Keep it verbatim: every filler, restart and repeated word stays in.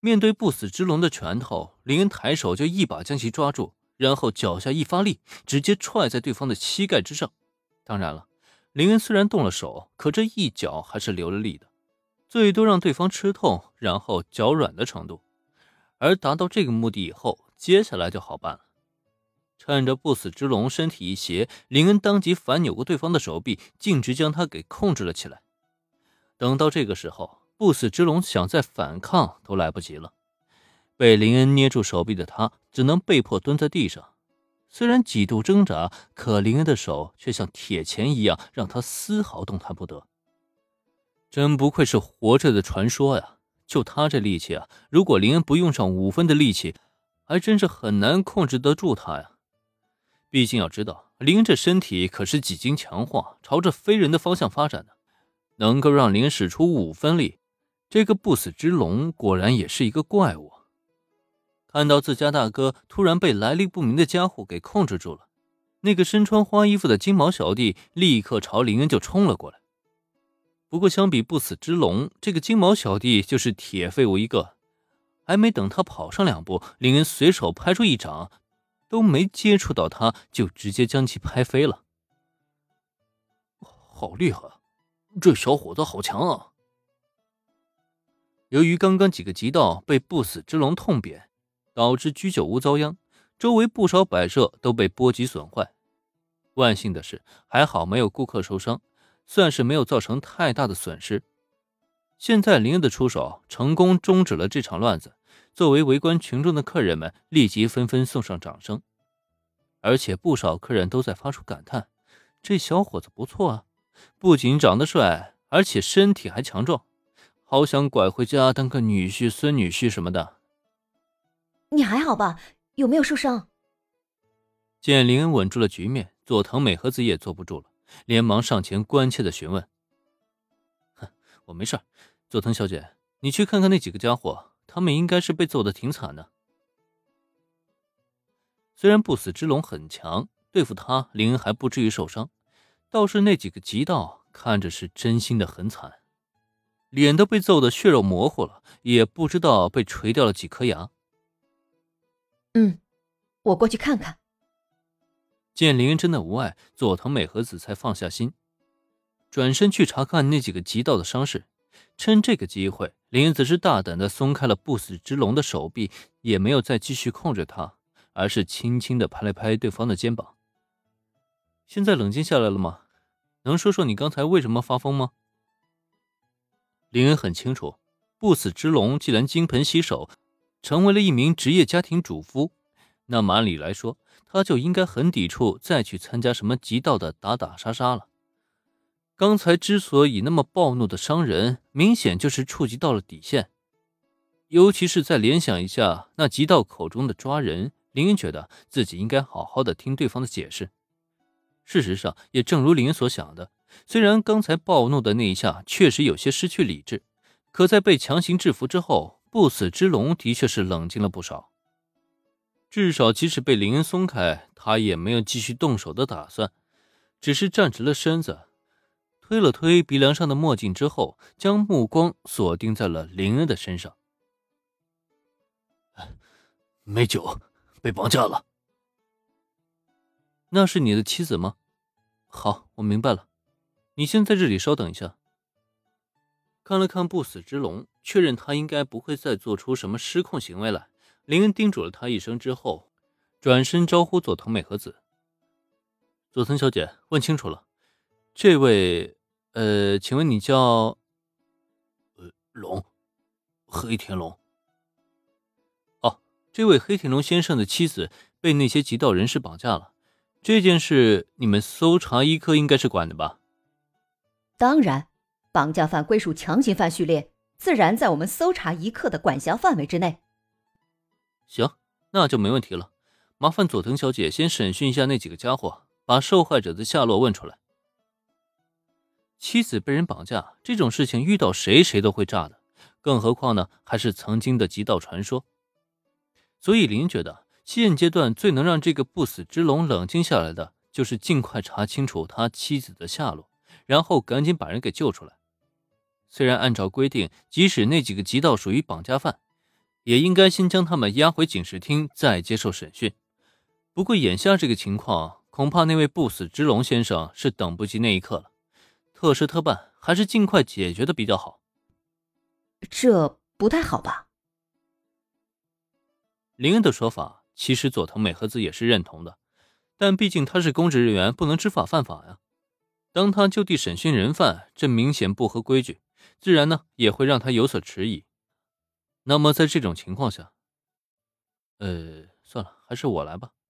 面对不死之龙的拳头，林恩抬手就一把将其抓住，然后脚下一发力，直接踹在对方的膝盖之上。当然了，林恩虽然动了手，可这一脚还是留了力的，最多让对方吃痛，然后脚软的程度。而达到这个目的以后，接下来就好办了。趁着不死之龙身体一斜，林恩当即反扭过对方的手臂，径直将他给控制了起来。等到这个时候，不死之龙想再反抗都来不及了。被林恩捏住手臂的他只能被迫蹲在地上。虽然几度挣扎，可林恩的手却像铁钳一样，让他丝毫动弹不得。真不愧是活着的传说呀！就他这力气啊，如果林恩不用上五分的力气，还真是很难控制得住他呀。毕竟要知道，林恩这身体可是几经强化，朝着非人的方向发展的，能够让林恩使出五分力，这个不死之龙果然也是一个怪物。看到自家大哥突然被来历不明的家伙给控制住了，那个身穿花衣服的金毛小弟立刻朝林恩就冲了过来。不过相比不死之龙，这个金毛小弟就是铁废物一个。还没等他跑上两步，林恩随手拍出一掌，都没接触到他，就直接将其拍飞了。好厉害，这小伙子好强啊！由于刚刚几个极道被不死之龙痛扁，导致居酒屋遭殃，周围不少摆设都被波及损坏。万幸的是，还好没有顾客受伤，算是没有造成太大的损失。现在林恩的出手成功终止了这场乱子，作为围观群众的客人们立即纷纷送上掌声。而且不少客人都在发出感叹，这小伙子不错啊，不仅长得帅，而且身体还强壮，好想拐回家当个女婿孙女婿什么的。 你还好吧？有没有受伤？ 见林恩稳住了局面，佐藤美和子也坐不住了，连忙上前关切地询问。哼，我没事，佐藤小姐，你去看看那几个家伙，他们应该是被揍得挺惨的。虽然不死之龙很强，对付他林恩还不至于受伤，倒是那几个极道看着是真心的很惨，脸都被揍得血肉模糊了，也不知道被锤掉了几颗牙。 嗯，我过去看看。 见林恩真的无碍，佐藤美和子才放下心，转身去查看那几个极道的伤势。趁这个机会，林恩则是大胆地松开了不死之龙的手臂，也没有再继续控制他，而是轻轻地拍了拍对方的肩膀。现在冷静下来了吗？能说说你刚才为什么发疯吗？林恩很清楚，不死之龙既然金盆洗手，成为了一名职业家庭主妇，那么按理来说，他就应该很抵触再去参加什么极道的打打杀杀了。刚才之所以那么暴怒的伤人，明显就是触及到了底线。尤其是再联想一下那极道口中的抓人，林恩觉得自己应该好好的听对方的解释。事实上，也正如林恩所想的，虽然刚才暴怒的那一下确实有些失去理智，可在被强行制服之后，不死之龙的确是冷静了不少。至少即使被林恩松开，他也没有继续动手的打算，只是站直了身子，推了推鼻梁上的墨镜之后，将目光锁定在了林恩的身上。美酒被绑架了。那是你的妻子吗？好，我明白了，你先在这里稍等一下。看了看不死之龙，确认他应该不会再做出什么失控行为来，林恩叮嘱了他一声之后，转身招呼佐藤美和子。佐藤小姐，问清楚了，这位呃，请问你叫呃龙，黑田龙。哦，这位黑田龙先生的妻子被那些极道人士绑架了，这件事你们搜查一课应该是管的吧？ 当然，绑架犯归属强行犯序列，自然在我们搜查一课的管辖范围之内。 行，那就没问题了。麻烦佐藤小姐先审讯一下那几个家伙，把受害者的下落问出来。妻子被人绑架，这种事情遇到谁谁都会炸的，更何况呢，还是曾经的极道传说。所以林觉得现阶段最能让这个不死之龙冷静下来的，就是尽快查清楚他妻子的下落，然后赶紧把人给救出来。虽然按照规定，即使那几个极道属于绑架犯， 也应该先将他们押回警视厅，再接受审讯。不过眼下这个情况，恐怕那位不死之龙先生是等不及那一刻了。特事特办，还是尽快解决的比较好。 这不太好吧？ 林恩的说法，其实佐藤美和子也是认同的，但毕竟他是公职人员，不能知法犯法呀。当他就地审讯人犯，这明显不合规矩，自然呢也会让他有所迟疑。那么在这种情况下，呃，算了，还是我来吧。